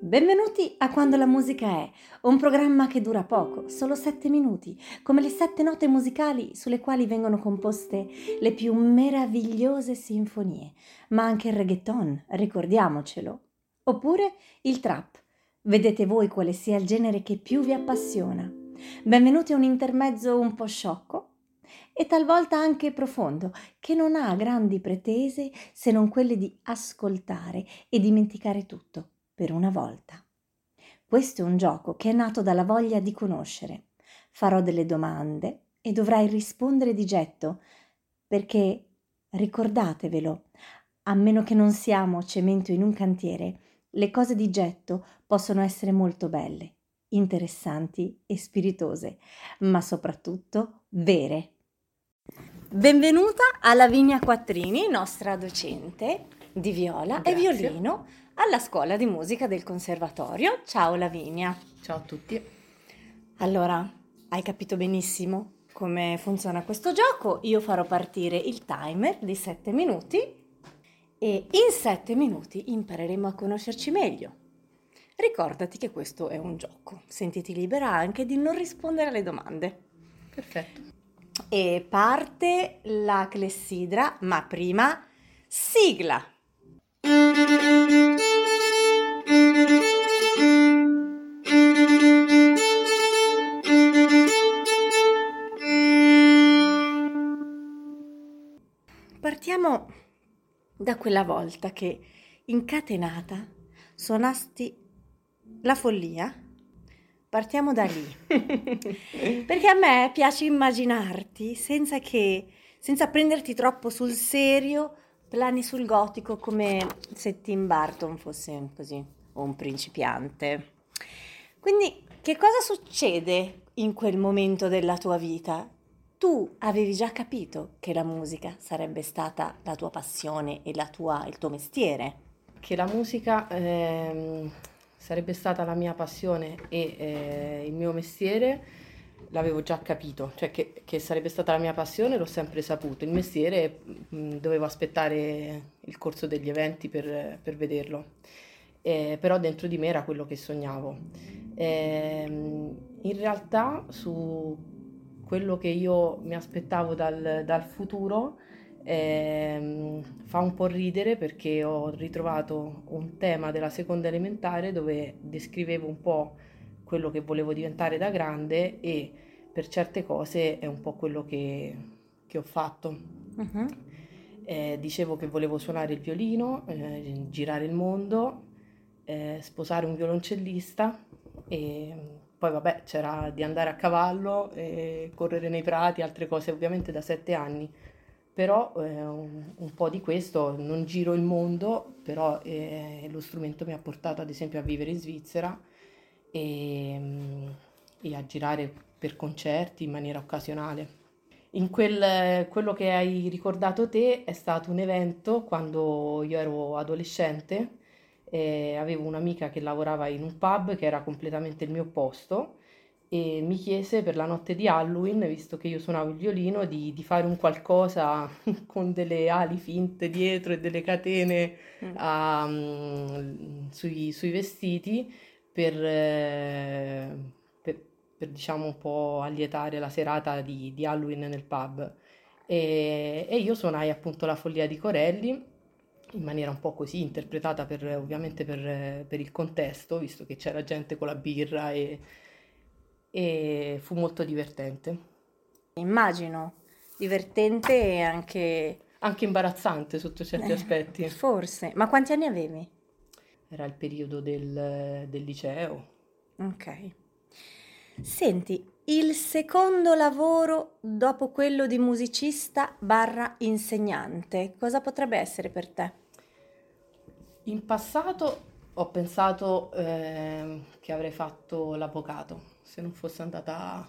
Benvenuti a Quando la musica è, un programma che dura poco, solo 7 minuti, come le 7 note musicali sulle quali vengono composte le più meravigliose sinfonie, ma anche il reggaeton, ricordiamocelo, oppure il trap. Vedete voi quale sia il genere che più vi appassiona. Benvenuti a un intermezzo un po' sciocco e talvolta anche profondo, che non ha grandi pretese se non quelle di ascoltare e dimenticare tutto per una volta. Questo è un gioco che è nato dalla voglia di conoscere. Farò delle domande e dovrai rispondere di getto, perché ricordatevelo, a meno che non siamo cemento in un cantiere, le cose di getto possono essere molto belle, interessanti e spiritose, ma soprattutto vere. Benvenuta a Lavinia Quattrini, nostra docente di viola e Grazie. violino alla scuola di musica del conservatorio. Ciao Lavinia. Ciao a tutti. Allora, hai capito benissimo come funziona questo gioco? Io farò partire il timer di 7 minuti e in 7 minuti impareremo a conoscerci meglio. Ricordati che questo è un gioco, sentiti libera anche di non rispondere alle domande. Perfetto. E parte la clessidra, ma prima sigla! Partiamo da quella volta che, incatenata, suonasti la follia. Partiamo da lì. Perché a me piace immaginarti senza prenderti troppo sul serio, plani sul gotico come se Tim Burton fosse così, un principiante. Quindi, che cosa succede in quel momento della tua vita? Tu avevi già capito che la musica sarebbe stata la tua passione e il tuo mestiere? Che la musica sarebbe stata la mia passione e il mio mestiere l'avevo già capito, cioè che sarebbe stata la mia passione l'ho sempre saputo, il mestiere dovevo aspettare il corso degli eventi per vederlo. Però dentro di me era quello che sognavo. In realtà su quello che io mi aspettavo dal futuro fa un po' ridere perché ho ritrovato un tema della seconda elementare dove descrivevo un po' quello che volevo diventare da grande e per certe cose è un po' quello che ho fatto. Mhm. Dicevo che volevo suonare il violino, girare il mondo, sposare un violoncellista e poi vabbè c'era di andare a cavallo, correre nei prati, altre cose ovviamente da 7 anni. Però un po' di questo, non giro il mondo, però lo strumento mi ha portato ad esempio a vivere in Svizzera e a girare per concerti in maniera occasionale. Quello che hai ricordato te è stato un evento quando io ero adolescente, avevo un'amica che lavorava in un pub che era completamente il mio opposto e mi chiese per la notte di Halloween, visto che io suonavo il violino, di fare un qualcosa con delle ali finte dietro e delle catene sui vestiti per, per- per, diciamo un po' allietare la serata di Halloween nel pub. E io suonai appunto La follia di Corelli in maniera un po' così interpretata ovviamente per il contesto, visto che c'era gente con la birra e fu molto divertente. Immagino, divertente e anche... Anche imbarazzante sotto certi aspetti. forse. Ma quanti anni avevi? Era il periodo del liceo. Ok. Senti, il secondo lavoro dopo quello di musicista barra insegnante, cosa potrebbe essere per te? In passato ho pensato che avrei fatto l'avvocato se non fosse andata,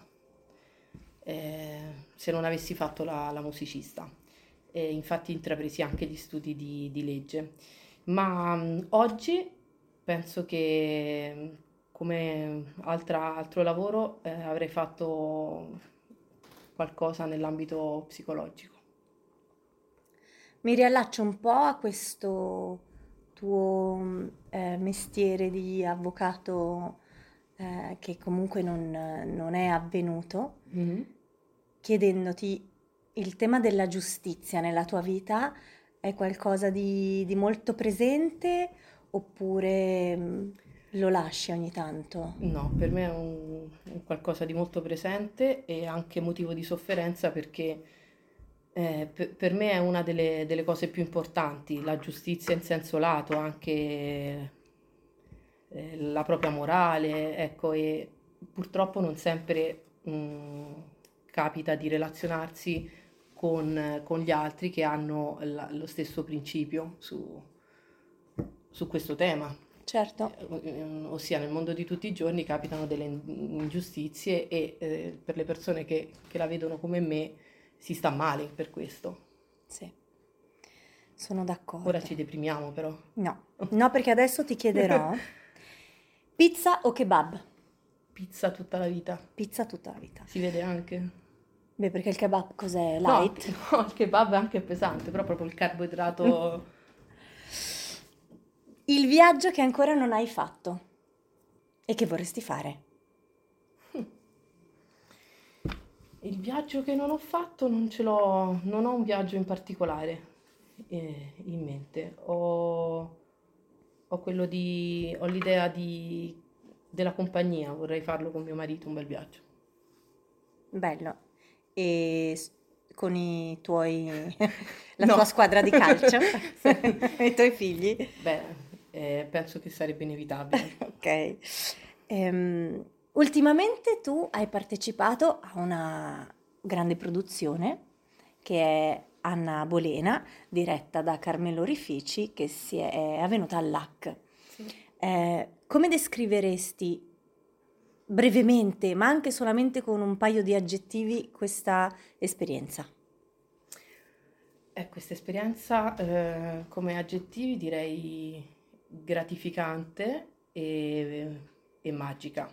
se non avessi fatto la musicista. E infatti intrapresi anche gli studi di legge. Ma oggi penso che come altro lavoro avrei fatto qualcosa nell'ambito psicologico. Mi riallaccio un po' a questo tuo mestiere di avvocato che comunque non è avvenuto, Mhm. chiedendoti il tema della giustizia nella tua vita è qualcosa di molto presente oppure lo lasci ogni tanto? No, per me è un qualcosa di molto presente e anche motivo di sofferenza perché per me è una delle cose più importanti, la giustizia in senso lato, anche la propria morale, ecco, e purtroppo non sempre capita di relazionarsi con gli altri che hanno lo stesso principio su questo tema. Certo, Ossia nel mondo di tutti i giorni capitano delle ingiustizie e per le persone che la vedono come me si sta male per questo. sì, sono Ora d'accordo. ci deprimiamo però. No, no, perché adesso ti chiederò pizza o kebab? Pizza tutta la vita, Pizza tutta la vita. si vede anche. Beh, perché il kebab cos'è? No, Light? no, il kebab è anche pesante, però proprio il carboidrato. Il viaggio che ancora non hai fatto e che vorresti fare? Il viaggio che non ho fatto non ce l'ho, non ho un viaggio in particolare in mente. Ho ho l'idea della compagnia, vorrei farlo con mio marito, un bel viaggio. Bello. E con i tuoi, la tua No. squadra di calcio? Sì. E i tuoi figli? Beh, penso che sarebbe inevitabile. Ok. Ultimamente tu hai partecipato a una grande produzione che è Anna Bolena, diretta da Carmelo Rifici, che è avvenuta all'AC. Sì. Come descriveresti brevemente, ma anche solamente con un paio di aggettivi, questa esperienza? Questa esperienza, come aggettivi direi gratificante e magica.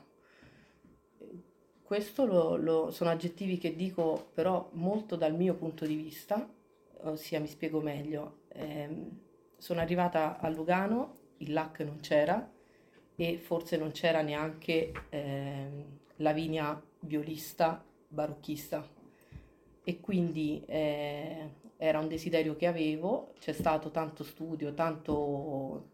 Questo sono aggettivi che dico però molto dal mio punto di vista, ossia mi spiego meglio. Sono arrivata a Lugano, il LAC non c'era e forse non c'era neanche Lavinia violista barocchista e quindi era un desiderio che avevo, c'è stato tanto studio, tanto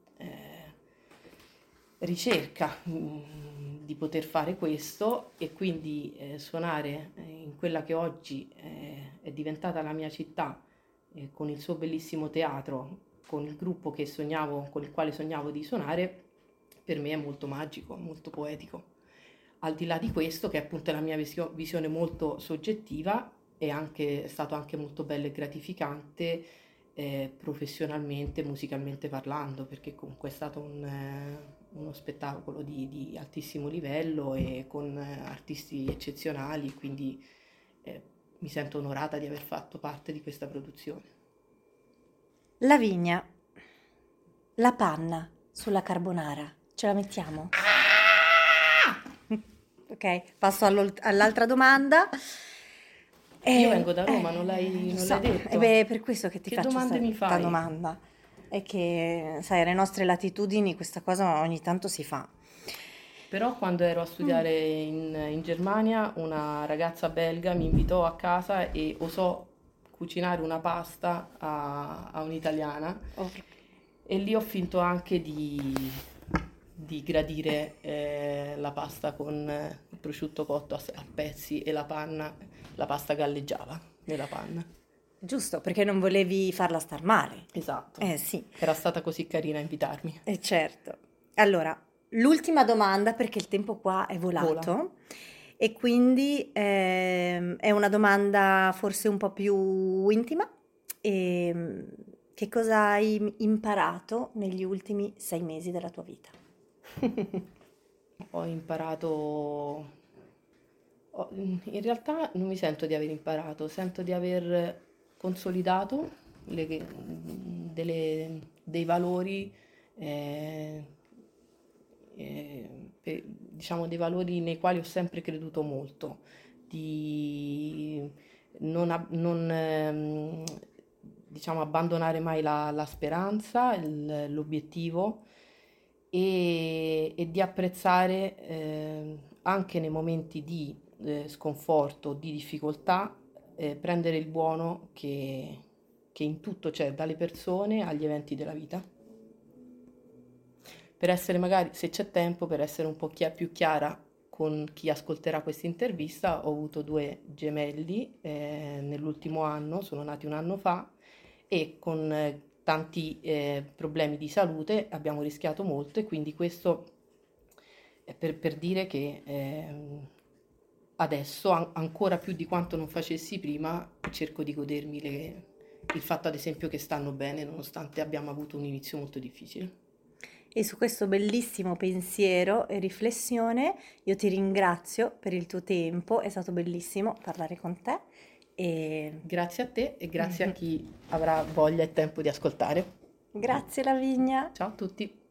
ricerca di poter fare questo e quindi suonare in quella che oggi è diventata la mia città con il suo bellissimo teatro, con il gruppo che sognavo, con il quale sognavo di suonare, per me è molto magico, molto poetico. Al di là di questo, che appunto è la mia visione molto soggettiva, è stato anche molto bello e gratificante professionalmente, musicalmente parlando, perché comunque è stato uno spettacolo di altissimo livello e con artisti eccezionali, quindi eh, mi sento onorata di aver fatto parte di questa produzione. Lavinia, la panna sulla carbonara, ce la mettiamo? Ok, passo all'altra domanda. Io vengo da Roma, Lo non so, l'hai e detto? beh, è per questo che ti Che faccio domande mi questa fai? domanda. È che, sai, alle nostre latitudini questa cosa ogni tanto si fa. Però quando ero a studiare in Germania, una ragazza belga mi invitò a casa e osò cucinare una pasta a un'italiana Oh, e lì ho finto anche di gradire la pasta con il prosciutto cotto a pezzi e la pasta galleggiava nella panna. giusto, perché non volevi farla star male. Esatto, Sì, era stata così carina a invitarmi. certo. Allora, l'ultima domanda, perché il tempo qua è Vola. volato, e quindi è una domanda forse un po' più intima. Ehm, che cosa hai imparato negli ultimi 6 mesi della tua vita? Ho imparato, in realtà non mi sento di aver imparato, sento di aver consolidato dei valori, eh, diciamo dei valori nei quali ho sempre creduto molto, di non, ab- non, diciamo, abbandonare mai la speranza, l'obiettivo e di apprezzare anche nei momenti di sconforto, di difficoltà, prendere il buono che in tutto c'è, dalle persone agli eventi della vita. Per essere magari, se c'è tempo, per essere un po' più chiara con chi ascolterà questa intervista, ho avuto 2 gemelli nell'ultimo anno, sono nati un anno fa e con tanti problemi di salute abbiamo rischiato molto, e quindi questo è per dire che adesso, ancora più di quanto non facessi prima, cerco di godermi il fatto ad esempio che stanno bene nonostante abbiamo avuto un inizio molto difficile. E su questo bellissimo pensiero e riflessione io ti ringrazio per il tuo tempo, è stato bellissimo parlare con te e Grazie a te e grazie a chi avrà voglia e tempo di ascoltare. grazie Lavinia. Ciao a tutti.